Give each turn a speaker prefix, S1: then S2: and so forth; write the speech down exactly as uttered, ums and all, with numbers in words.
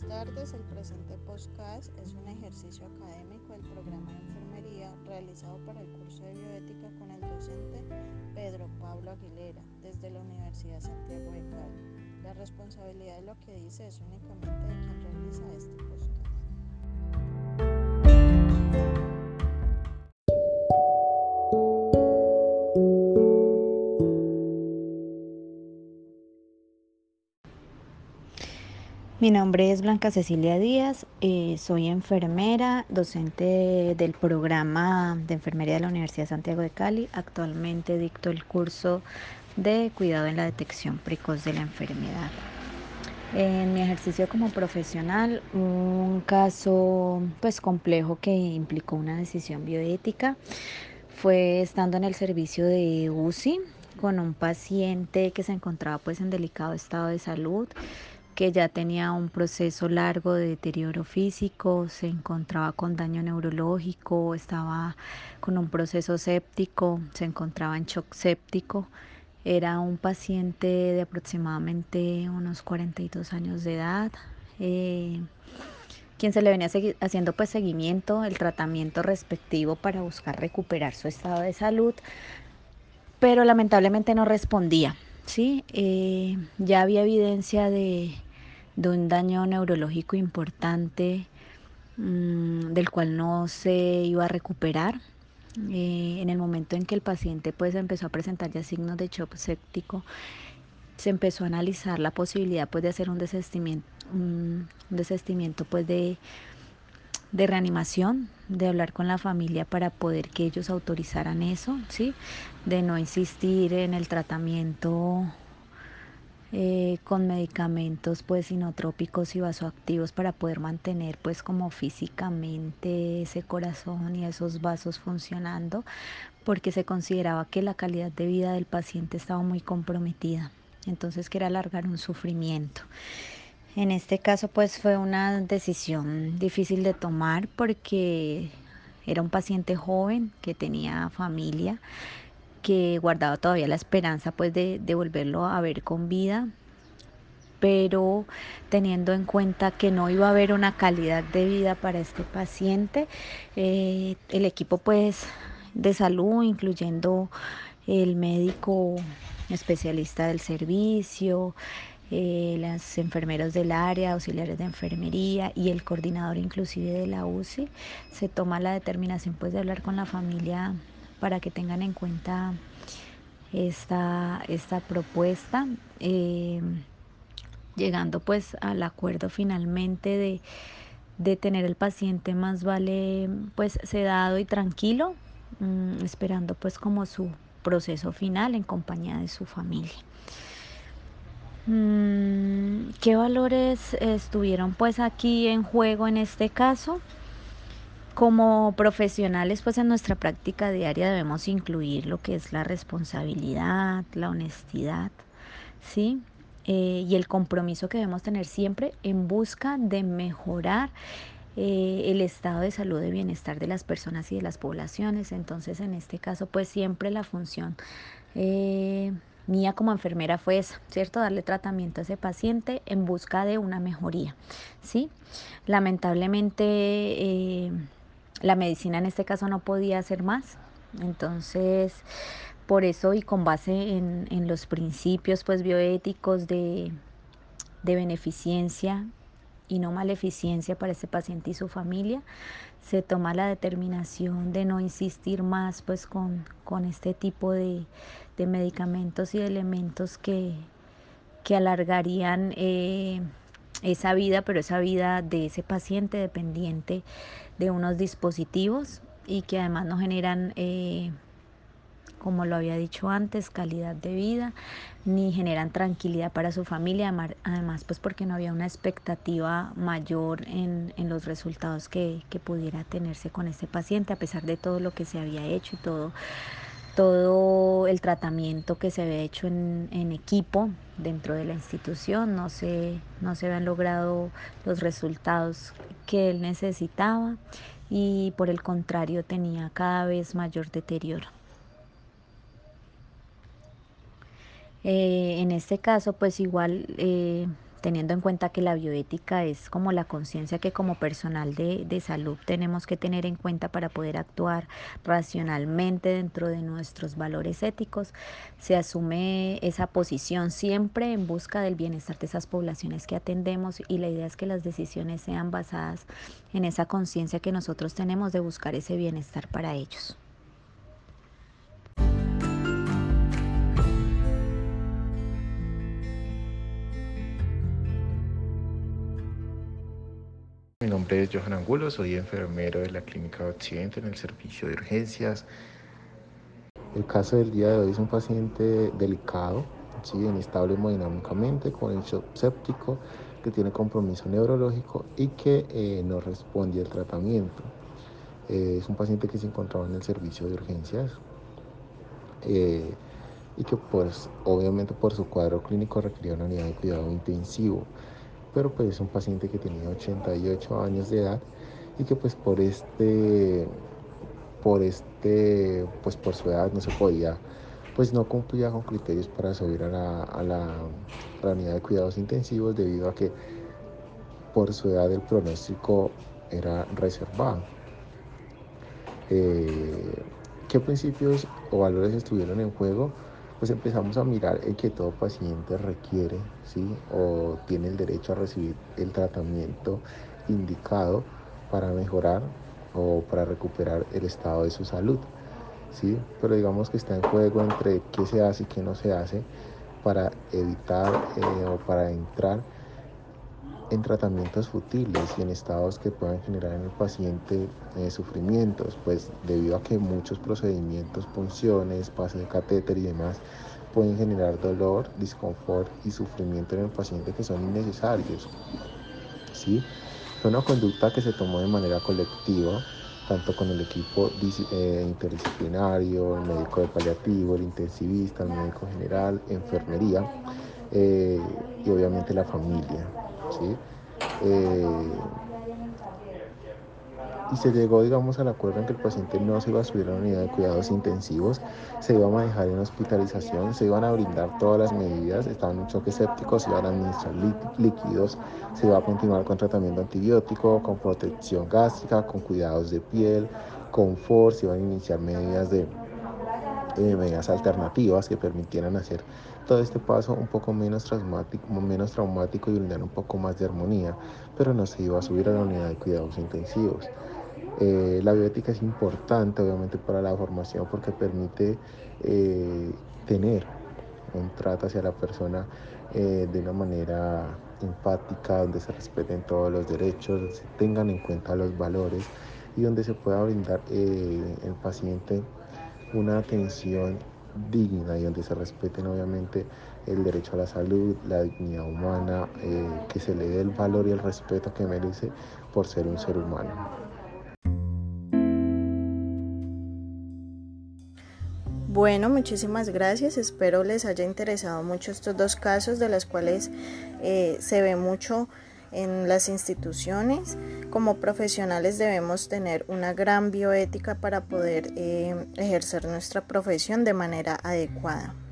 S1: tardes. El presente podcast es un ejercicio académico del programa de enfermería realizado para el curso de bioética con el docente Pedro Pablo Aguilera desde la Universidad Santiago de Cali. La responsabilidad de lo que dice es únicamente de quien realiza este podcast.
S2: Mi nombre es Blanca Cecilia Díaz, eh, soy enfermera, docente del programa de enfermería de la Universidad Santiago de Cali. Actualmente dicto el curso de cuidado en la detección precoz de la enfermedad. En mi ejercicio como profesional, un caso pues complejo que implicó una decisión bioética fue estando en el servicio de U C I con un paciente que se encontraba pues en delicado estado de salud, que ya tenía un proceso largo de deterioro físico, se encontraba con daño neurológico, estaba con un proceso séptico, se encontraba en shock séptico. Era un paciente de aproximadamente unos cuarenta y dos años de edad, eh, quien se le venía haciendo pues seguimiento, el tratamiento respectivo para buscar recuperar su estado de salud, pero lamentablemente no respondía, ¿sí? Eh, ya había evidencia de, de un daño neurológico importante, mmm, del cual no se iba a recuperar. Eh, en el momento en que el paciente pues empezó a presentar ya signos de shock séptico, se empezó a analizar la posibilidad pues de hacer un desistimiento, un desistimiento pues de, de reanimación, de hablar con la familia para poder que ellos autorizaran eso, ¿sí? De no insistir en el tratamiento eh, con medicamentos pues inotrópicos y vasoactivos para poder mantener pues como físicamente ese corazón y esos vasos funcionando, porque se consideraba que la calidad de vida del paciente estaba muy comprometida, entonces que era alargar un sufrimiento. En este caso pues fue una decisión difícil de tomar porque era un paciente joven que tenía familia, que guardaba todavía la esperanza pues de, de volverlo a ver con vida, pero teniendo en cuenta que no iba a haber una calidad de vida para este paciente, eh, el equipo pues de salud, incluyendo el médico especialista del servicio, eh, las enfermeros del área, auxiliares de enfermería y el coordinador inclusive de la U C I, se toma la determinación pues de hablar con la familia para que tengan en cuenta esta, esta propuesta, eh, llegando pues al acuerdo finalmente de, de tener el paciente más vale pues sedado y tranquilo, mmm, esperando pues como su proceso final en compañía de su familia. Mm, ¿Qué valores estuvieron pues aquí en juego en este caso? Como profesionales pues en nuestra práctica diaria debemos incluir lo que es la responsabilidad, la honestidad, ¿sí? Eh, y el compromiso que debemos tener siempre en busca de mejorar eh, el estado de salud y bienestar de las personas y de las poblaciones. Entonces, en este caso, pues siempre la función eh, mía como enfermera fue esa, ¿cierto? Darle tratamiento a ese paciente en busca de una mejoría, ¿sí? Lamentablemente, eh, la medicina en este caso no podía hacer más. Entonces, por eso y con base en, en los principios pues bioéticos de, de beneficencia y no maleficencia para ese paciente y su familia, se toma la determinación de no insistir más pues con, con este tipo de, de medicamentos y de elementos que, que alargarían eh, esa vida, pero esa vida de ese paciente dependiente de unos dispositivos y que además no generan, eh, como lo había dicho antes, calidad de vida, ni generan tranquilidad para su familia, además pues porque no había una expectativa mayor en, en los resultados que, que pudiera tenerse con este paciente, a pesar de todo lo que se había hecho y todo, todo el tratamiento que se había hecho en, en equipo dentro de la institución. No se, no se habían logrado los resultados que él necesitaba y por el contrario tenía cada vez mayor deterioro. Eh, en este caso, pues igual eh, teniendo en cuenta que la bioética es como la conciencia que como personal de, de salud tenemos que tener en cuenta para poder actuar racionalmente dentro de nuestros valores éticos, se asume esa posición siempre en busca del bienestar de esas poblaciones que atendemos, y la idea es que las decisiones sean basadas en esa conciencia que nosotros tenemos de buscar ese bienestar para ellos.
S3: Mi nombre es Johan Angulo, soy enfermero de la Clínica de Occidente en el servicio de urgencias. El caso del día de hoy es un paciente delicado, ¿sí? Inestable hemodinámicamente, con shock séptico, que tiene compromiso neurológico y que eh, no responde al tratamiento. Eh, es un paciente que se encontraba en el servicio de urgencias eh, y que pues obviamente por su cuadro clínico requería una unidad de cuidado intensivo. Pero pues es un paciente que tenía ochenta y ocho años de edad y que pues por este, por este, pues por su edad no se podía, pues no cumplía con criterios para subir a la, a la, a la unidad de cuidados intensivos, debido a que por su edad el pronóstico era reservado. Eh, ¿Qué principios o valores estuvieron en juego? Pues empezamos a mirar el que todo paciente requiere, ¿sí? O tiene el derecho a recibir el tratamiento indicado para mejorar o para recuperar el estado de su salud, ¿sí? Pero digamos que está en juego entre qué se hace y qué no se hace para evitar eh, o para entrar en tratamientos futiles y en estados que puedan generar en el paciente eh, sufrimientos, pues debido a que muchos procedimientos, punciones, pase de catéter y demás pueden generar dolor, disconfort y sufrimiento en el paciente que son innecesarios, ¿sí? Fue una conducta que se tomó de manera colectiva, tanto con el equipo eh, interdisciplinario, el médico de paliativo, el intensivista, el médico general, enfermería eh, y obviamente la familia, ¿sí? Eh, y se llegó, digamos, al acuerdo en que el paciente no se iba a subir a la unidad de cuidados intensivos, se iba a manejar en hospitalización, se iban a brindar todas las medidas, estaban en choque séptico, se iban a administrar líquidos, se iba a continuar con tratamiento antibiótico, con protección gástrica, con cuidados de piel, confort, se iban a iniciar medidas de eh, medidas alternativas que permitieran hacer todo este paso un poco menos traumático, menos traumático y brindar un poco más de armonía, pero no se iba a subir a la unidad de cuidados intensivos. Eh, la bioética es importante obviamente para la formación porque permite eh, tener un trato hacia la persona eh, de una manera empática, donde se respeten todos los derechos, donde se tengan en cuenta los valores y donde se pueda brindar eh, el paciente una atención digna y donde se respeten obviamente el derecho a la salud, la dignidad humana, eh, que se le dé el valor y el respeto que merece por ser un ser humano.
S1: Bueno, muchísimas gracias. Espero les haya interesado mucho estos dos casos, de los cuales eh, se ve mucho en las instituciones. Como profesionales debemos tener una gran bioética para poder eh, ejercer nuestra profesión de manera adecuada.